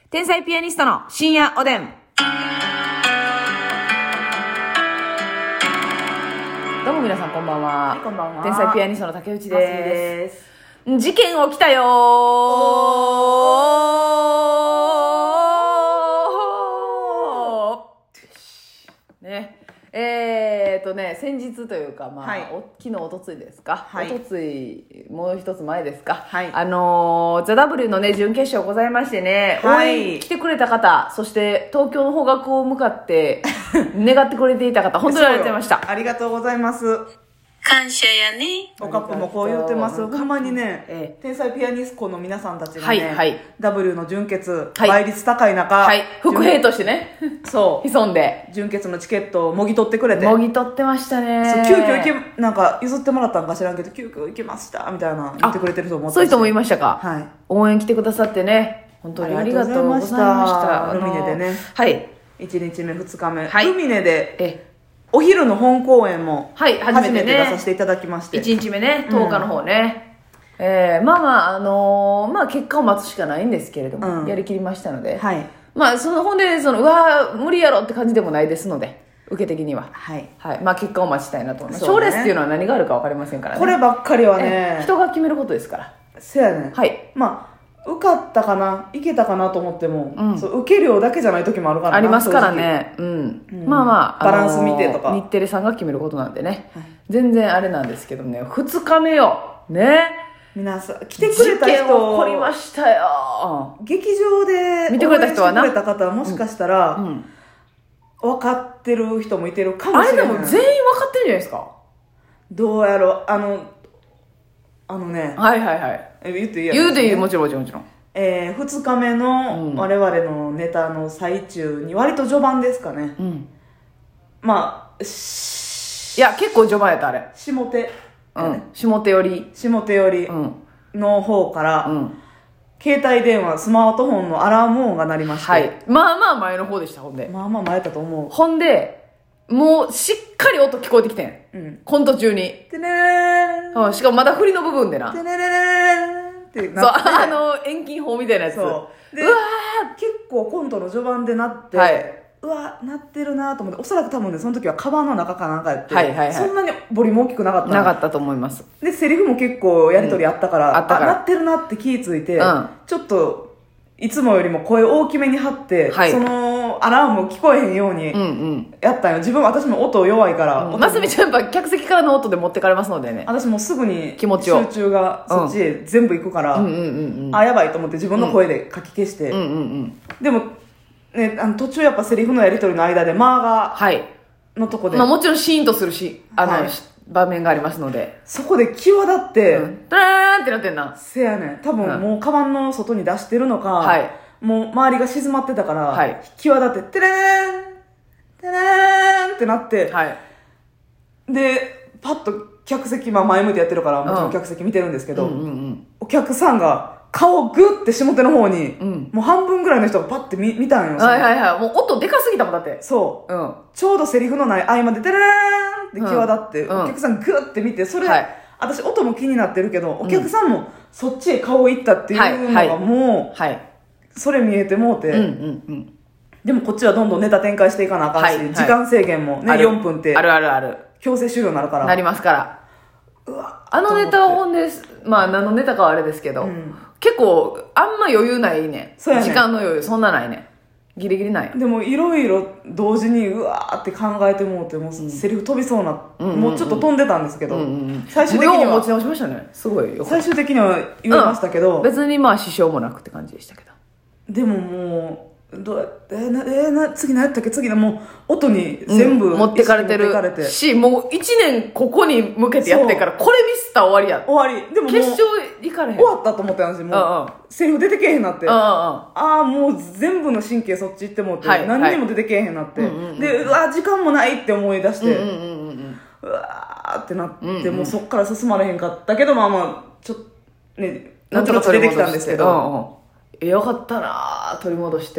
天才ピアニストの深夜おでん。どうも皆さんこんばんは。 はい、こんばんは。 天才ピアニストの竹内ますみで。 です事件起きたよー。ね。先日というか、まあ、 はい昨日、おとついですか、 はいおとつい、もう一つ前ですか、 はいザ・ W のね、準決勝ございましてね、 はい応援来てくれた方、そして東京の方角を向かって願ってくれていた方、本当にありがとうございました。 ありがとうございます。 感謝やね。 おかっぽもこう言ってます。ほんまにね、 え天才ピアニスコの皆さんたちがね、 はいはい W の準決、 はい倍率高い中、 はい、副兵としてね、 そう潜んで、 準決のチケットをもぎ取ってくれて、 もぎ取ってましたね。 そう急遽なんか譲ってもらったんか知らんけど、急遽行けましたみたいな言ってくれてると思って、 そういう人もいましたか。 はい、 応援来てくださってね、本当にありがとうございました。 ルミネでね、 はい 1日目2日目、 はいルミネでえお昼の本公演もはい初めてね初めて出させていただきまして、 1日目ね、10日の方ね、まあまあまあ結果を待つしかないんですけれども、 うんやりきりましたので、 はいまあほんでうわー無理やろって感じでもないですので、受け的にははいはい、まあ結果を待ちたいなと思います。賞そうねレースっていうのは何があるか分かりませんからね。 こればっかりはね、 人が決めることですから。 せやねん、 はい、 まあ受かったかないけたかなと思っても、 うんそう受け量だけじゃない時もあるからな、 ありますからね、うんまあまあ、 バランス見てとか日テレさんが決めることなんでね、 はい全然あれなんですけどね、2日目よね、 皆さん来てくれた事件起こり人、 ましたよ。 劇場で見てくれた人はな応援してくれた方はもしかしたら、 うん、 分かってる人もいてるかもあれしれない。 でも全員分かってるんじゃないですか。 どうやろう、あのね、 はいはいはい、 言っていいや言うでいい、もちろんもちろんもちろん。 2日目の我々のネタの最中に割と序盤ですかね、 うんまあいや結構序盤やったあれ、 下手、 下手より、 下手寄りうんの方から、携帯電話スマートフォンのアラーム音が鳴りまして、 はいまあまあ前の方でした。ほんでまあまあ前だと思ほんでもうしっかり音聞こえてきてん、 うんコント中に、 うてねーしかもまだ振りの部分でな、 てねねねってそうなって遠近法みたいなやつ。 そうでうわ結構コントの序盤でなって、 はいうわ鳴ってるなと思って、おそらく多分ねその時はカバンの中かなんかやって、 はいはいはいそんなにボリューム大きくなかったのなかったと思います。 でセリフも結構やり取りあったから、 あったから鳴ってるなって気ぃついて、 うんちょっといつもよりも声大きめに張って、 はいそのアラーム聞こえへんようにうんやったんよ。私も音弱いから、 うん。ますみちゃんやっぱ客席からの音で持ってかれますのでね。 私もうすぐに気持ちを集中がそっちへ全部行くから、 うんうんうんうん。 あやばいと思って自分の声で書き消して、 うんうんうん。 でも、ね、途中やっぱセリフのやり取りの間で間がはい。 のとこで、 まあもちろんシーンとするし、 はい場面がありますので。 そこで際立って、 タラーンってなってんな。 せやねん多分もうカバンの外に出してるのか、 はいもう周りが静まってたから、 はい際立ってテレーンテレーンってなって、 はい。 でパッと客席、まあ、前向いてやってるからもちろん客席見てるんですけど、 うんうんうん。 お客さんが顔をグッて下手の方に、 んもう半分ぐらいの人がパッて見たんよ、 はいはいはい。もう音でかすぎたもんだって。 そううん。 ちょうどセリフのない合間でテレーンって際立って、 うんお客さんグッて見て、それ、 はい私音も気になってるけどお客さんもそっちへ顔いったっていうのはいがもう、 はい。 それ見えてもうて、 うんうんうん。 でもこっちはどんどんネタ展開していかなあかんし、 はいはい時間制限もねある 4分ってあるあるある。 強制終了になるから、 なりますから。 うわあのネタはほんで、まあ何のネタかはあれですけど、 うん結構あんま余裕ないね。 そうやね時間の余裕そんなないね。ギリギリない。 でもいろいろ同時にうわーって考えてもうて、もうセリフ飛びそうな、もうちょっと飛んでたんですけど、最終的にはもう持ち直しましたね。すごいよ。 最終的には言いましたけど、 別にまあ支障もなくって感じでしたけど。 でももうどうやって次何やったっけ、次のもう音に全部、 持ってかれてる意識持ってかれてし、もう1年ここに向けてやってから、これミスったら終わりや。 終わり。でももう決勝行かれへん。 終わったと思ったんですよ。もう、 うんうんセリフ出てけえへんなって、 うんうんうん。 ああもう全部の神経そっち行ってもうて、 はい何にも出てけえへんなって、でうわ時間もないって思い出して、うわーってなって、もうそっから進まれへんかったけど、まあまあちょっとねなんとか出てきたんですけど、 よかったなぁ取り戻して。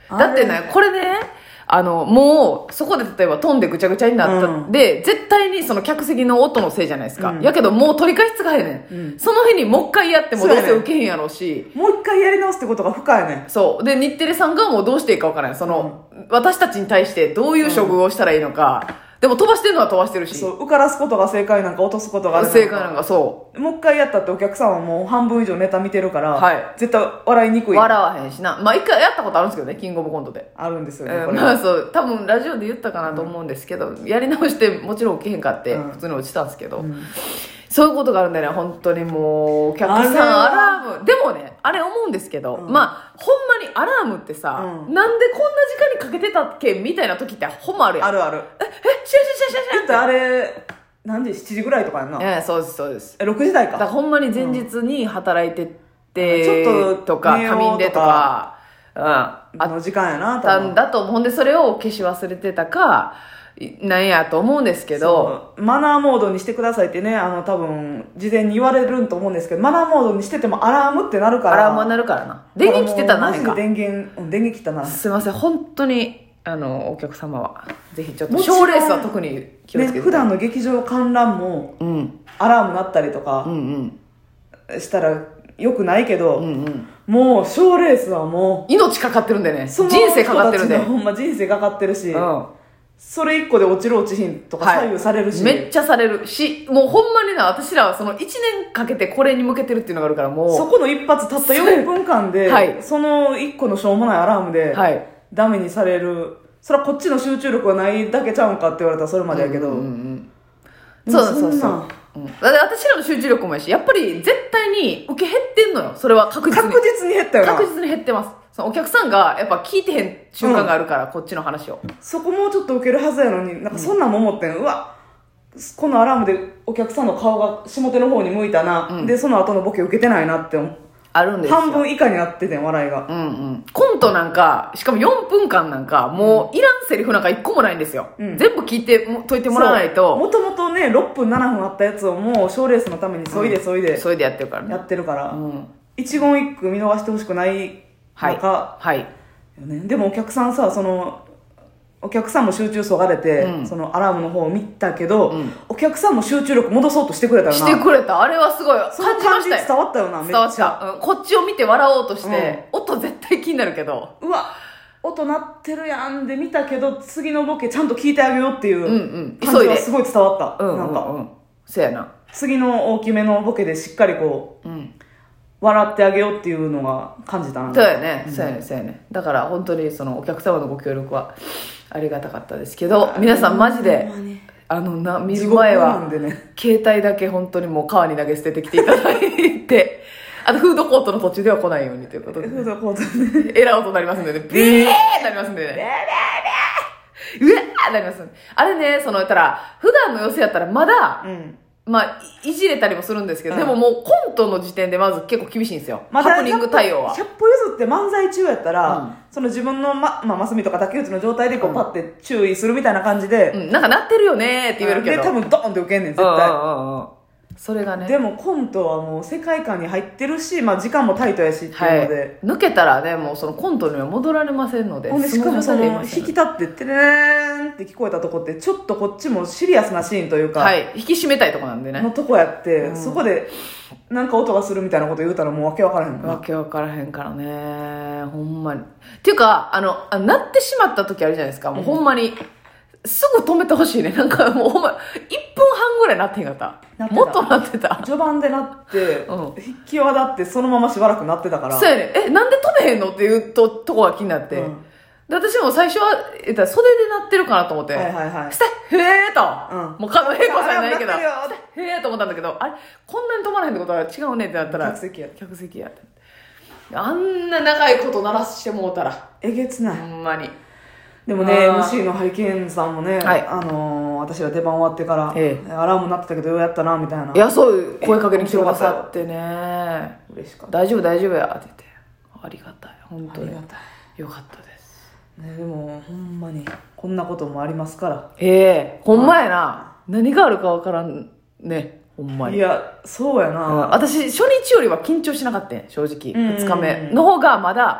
だってね、これね、もう、そこで例えば飛んでぐちゃぐちゃになった。で、絶対にその客席の音のせいじゃないですか。やけどもう取り返しつかへんねん。その日にもう一回やってもどうせ受けへんやろうし。 もう一回やり直すってことが深いね。 そう。で、日テレさんがもうどうしていいかわからない。私たちに対してどういう処遇をしたらいいのか。でも飛ばしてるのは飛ばしてるし。 そう、受からすことが正解なんか落とすことがある正解なんか、そう。 もう一回やったってお客さんはもう半分以上ネタ見てるから、 はい。 絶対笑いにくい。 笑わへんしな。まあ一回やったことあるんですけどね、キングオブコントで。 あるんですよね、これ。 まあそう、多分ラジオで言ったかなと思うんですけど、やり直してもちろん受けへんかって、普通に落ちたんですけど、そういうことがあるんでね、本当にもう、お客さんアラーム。でもね、あれ思うんですけど、まあ、ほんまにアラームってさ、なんでこんな時間にかけてたっけみたいな時ってほんまあるやん。 あるある。 シャシャってあれ、何時 ?7 時ぐらいとかやんな。 そうです、そうです。 6時台か。 だからほんまに前日に働いてて、ちょっと、とか、仮眠でとか、 の時間やな、 多分。だと思うんで、それを消し忘れてたか、なんやと思うんですけど、 マナーモードにしてくださいってね、多分事前に言われると思うんですけど、マナーモードにしててもアラームってなるから。 アラームはなるからな。電源切ってたらなへんか。 電源切ったな。 すいません、本当にお客様はぜひちょっと賞レースは特に気をつけて、 普段の劇場観覧も、アラーム鳴ったりとかしたらよくないけど、もう賞レースはもう命かかってるんでね、人生かかってるんで、 ほんま人生かかってるし、それ一個で落ちる落ちひんとか左右されるし、 めっちゃされるし、もうほんまにな、私らはその1年かけてこれに向けてるっていうのがあるから、もうそこの一発たった4分間で、その1個のしょうもないアラームでダメにされる。それはこっちの集中力がないだけちゃうんかって言われたらそれまでやけど、 そう私らの集中力もいいし、やっぱり絶対に受け減ってんのよ。それは確実に減ったよな。 確実に減ってます。そのお客さんがやっぱ聞いてへん瞬間があるから、こっちの話を。 そこもうちょっと受けるはずやのに、なんかそんなんも思ってん。うわ、このアラームでお客さんの顔が下手の方に向いたな。で、その後のボケ受けてないなってあるんですよ。 半分以下になっててん、笑いが。 コントなんか、しかも4分間なんか、もういらんセリフなんか1個もないんですよ。全部聞いてといてもらわないと。 もともとね、6分7分あったやつをもう賞レースのためにそいでやってるからね。 やってるから。一言一句見逃してほしくない中。でもお客さんさ、お客さんも集中そがれて、そのアラームの方を見たけど、お客さんも集中力戻そうとしてくれたよな。 してくれた。あれはすごい感じましたよ。 伝わったよな、めっちゃ。 伝わった。こっちを見て笑おうとして、音絶対気になるけど。 うわ、音鳴ってるやんで見たけど、次のボケちゃんと聞いてあげようっていう感じがすごい伝わった。なんか。 そうやな。 次の大きめのボケでしっかりこう、笑ってあげようっていうのが感じたな。 そうやね、そうやね。だから本当にそのお客様のご協力はありがたかったですけど、皆さんマジで見る前は携帯だけ本当にもう川に投げ捨ててきていただいて、あとフードコートの途中では来ないようにということで、 フードコートね、 エラー音になりますんでね、ビーッなりますんでね、うわーなりますんで、あれね、言ったら普段の様子やったらまだ、まあ、いじれたりもするんですけど、でももうコントの時点でまず結構厳しいんですよ。ハプニング対応は。 100歩譲って漫才中やったら、その自分のマスミとか竹内の状態でこうパッて注意するみたいな感じで。 なんかなってるよねーって言えるけど。 で、多分ドーンって受けんねん、絶対。 それがね。 でもコントはもう世界観に入ってるし、時間もタイトやしっていうので。 抜けたらね、もうそのコントには戻られませんので。 しかも引き立っててねーんって聞こえたとこって、ちょっとこっちもシリアスなシーンというか。 引き締めたいとこなんでね。 のとこやって、そこでなんか音がするみたいなこと言うたらもうわけわからへんから。 わけわからへんからね。ほんまに。っていうか、なってしまった時あるじゃないですか。もうほんまに。すぐ止めてほしいね。なんかもうほんま、1分半ぐらいなってへんかった。もっとなってた。 序盤でなって、引き際立ってそのまましばらくなってたから。 そうやね。なんで止めへんのっていうとこが気になって。で、私も最初は、袖でなってるかなと思って。したへーと。もう、平子さんないけど、へーと思ったんだけど、あれ、こんなに止まらへんってことは違うねってなったら、客席やって。あんな長いこと鳴らしてもうたら。 えげつない。 ほんまに。 でもね、MC のハリケーンさんもね、私が出番終わってから、アラーム鳴ってたけどようやったな、みたいな。 いや、そういう声かけに来てくださってね。 嬉しかった。 大丈夫や、って言って。ありがたい。本当に。よかったです。 ね、でも、ほんまに、こんなこともありますから。 ほんまやな。何があるかわからんね。ほんまに。 いや、そうやな。 私、初日よりは緊張しなかったん、正直。2日目の方がまだ、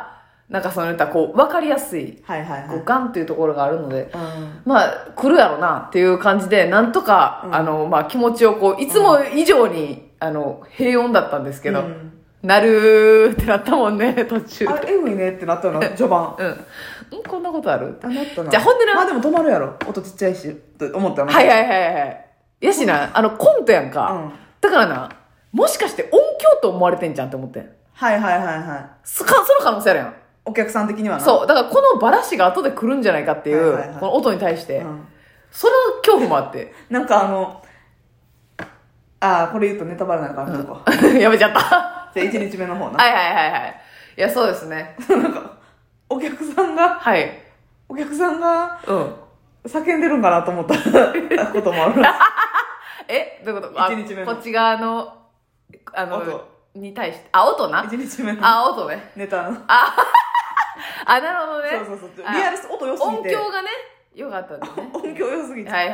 なんかその言ったらこう、わかりやすい、 はいはいはい。 こうガンっていうところがあるので、まあ、来るやろなっていう感じで、なんとか、まあ気持ちをこう、いつも以上に、平穏だったんですけど、なるーってなったもんね、途中で。 あ、エグいねってなったの、序盤。 こんなことあるあ、なったな。 じゃあほんでな。 まあでも止まるやろ。音ちっちゃいし、と思ったの。 はいはいはいはい。やしな、コントやんか。だからな、もしかして音響と思われてんじゃんって思ってん。 はいはいはいはい。 その可能性あるやん。 お客さん的にはな。 そう。だからこのバラシが後で来るんじゃないかっていう、この音に対して、その恐怖もあって。 なんかこれ言うとネタバレなのかなとこ。 やめちゃった。 じゃあ1日目の方な。 はいはいはいはい。いや、そうですね。 なんか、お客さんが、 はい。 お客さんが、叫んでるんかなと思ったこともある。 どういうこと？ 1日目の。 こっち側の、 音に対して、音な。 1日目の。 音ね。 ネタの。 なるほどね。 そう。リアル音良すぎて。 音響がね、良かったんですね。 音響良すぎて。 はい。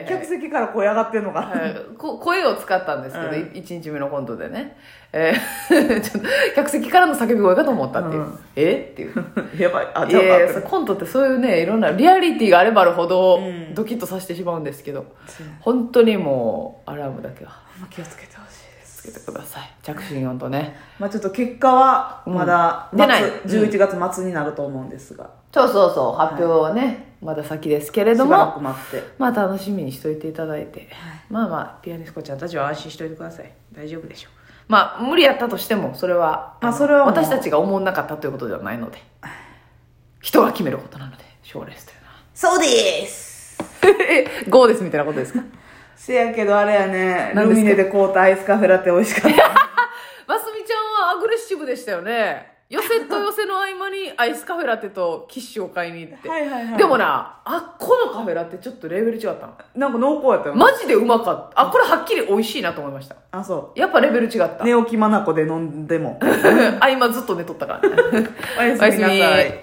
客席から声上がってんのかな。 声を使ったんですけど、1日目のコントでね。ちょっと、客席からの叫び声かと思ったっていう。っていう。 やばい。じゃあコントってそういうね、いろんなリアリティがあればあるほど、ドキッとさせてしまうんですけど、本当にもう、アラームだけは。 気をつけてほしいです。 つけてください。着信音とね。 まあちょっと結果は、まだ、 出ない。 11月末になると思うんですが。 そう、発表はね、まだ先ですけれども、 しばらく待って。 まあ楽しみにしといていただいて、まあ、ピアニスコちゃんたちは安心しといてください。大丈夫でしょう。まあ、無理やったとしても、それは、私たちが思わなかったということではないので、人が決めることなので、賞レースというのは。 そうですゴーですみたいなことですか？ せやけどあれやね、ルミネで買うたアイスカフェラテ美味しかった。 ますみちゃんはアグレッシブでしたよね。寄せと寄せの合間にアイスカフェラテとキッシュを買いに行って。でもな、このカフェラテちょっとレベル違ったの。 なんか濃厚やったよ。 マジでうまかった。これはっきり美味しいなと思いました。 そう。 やっぱレベル違った。 寝起きまなこで飲んでも。 今ずっと寝とったからね。 おやすみなさい。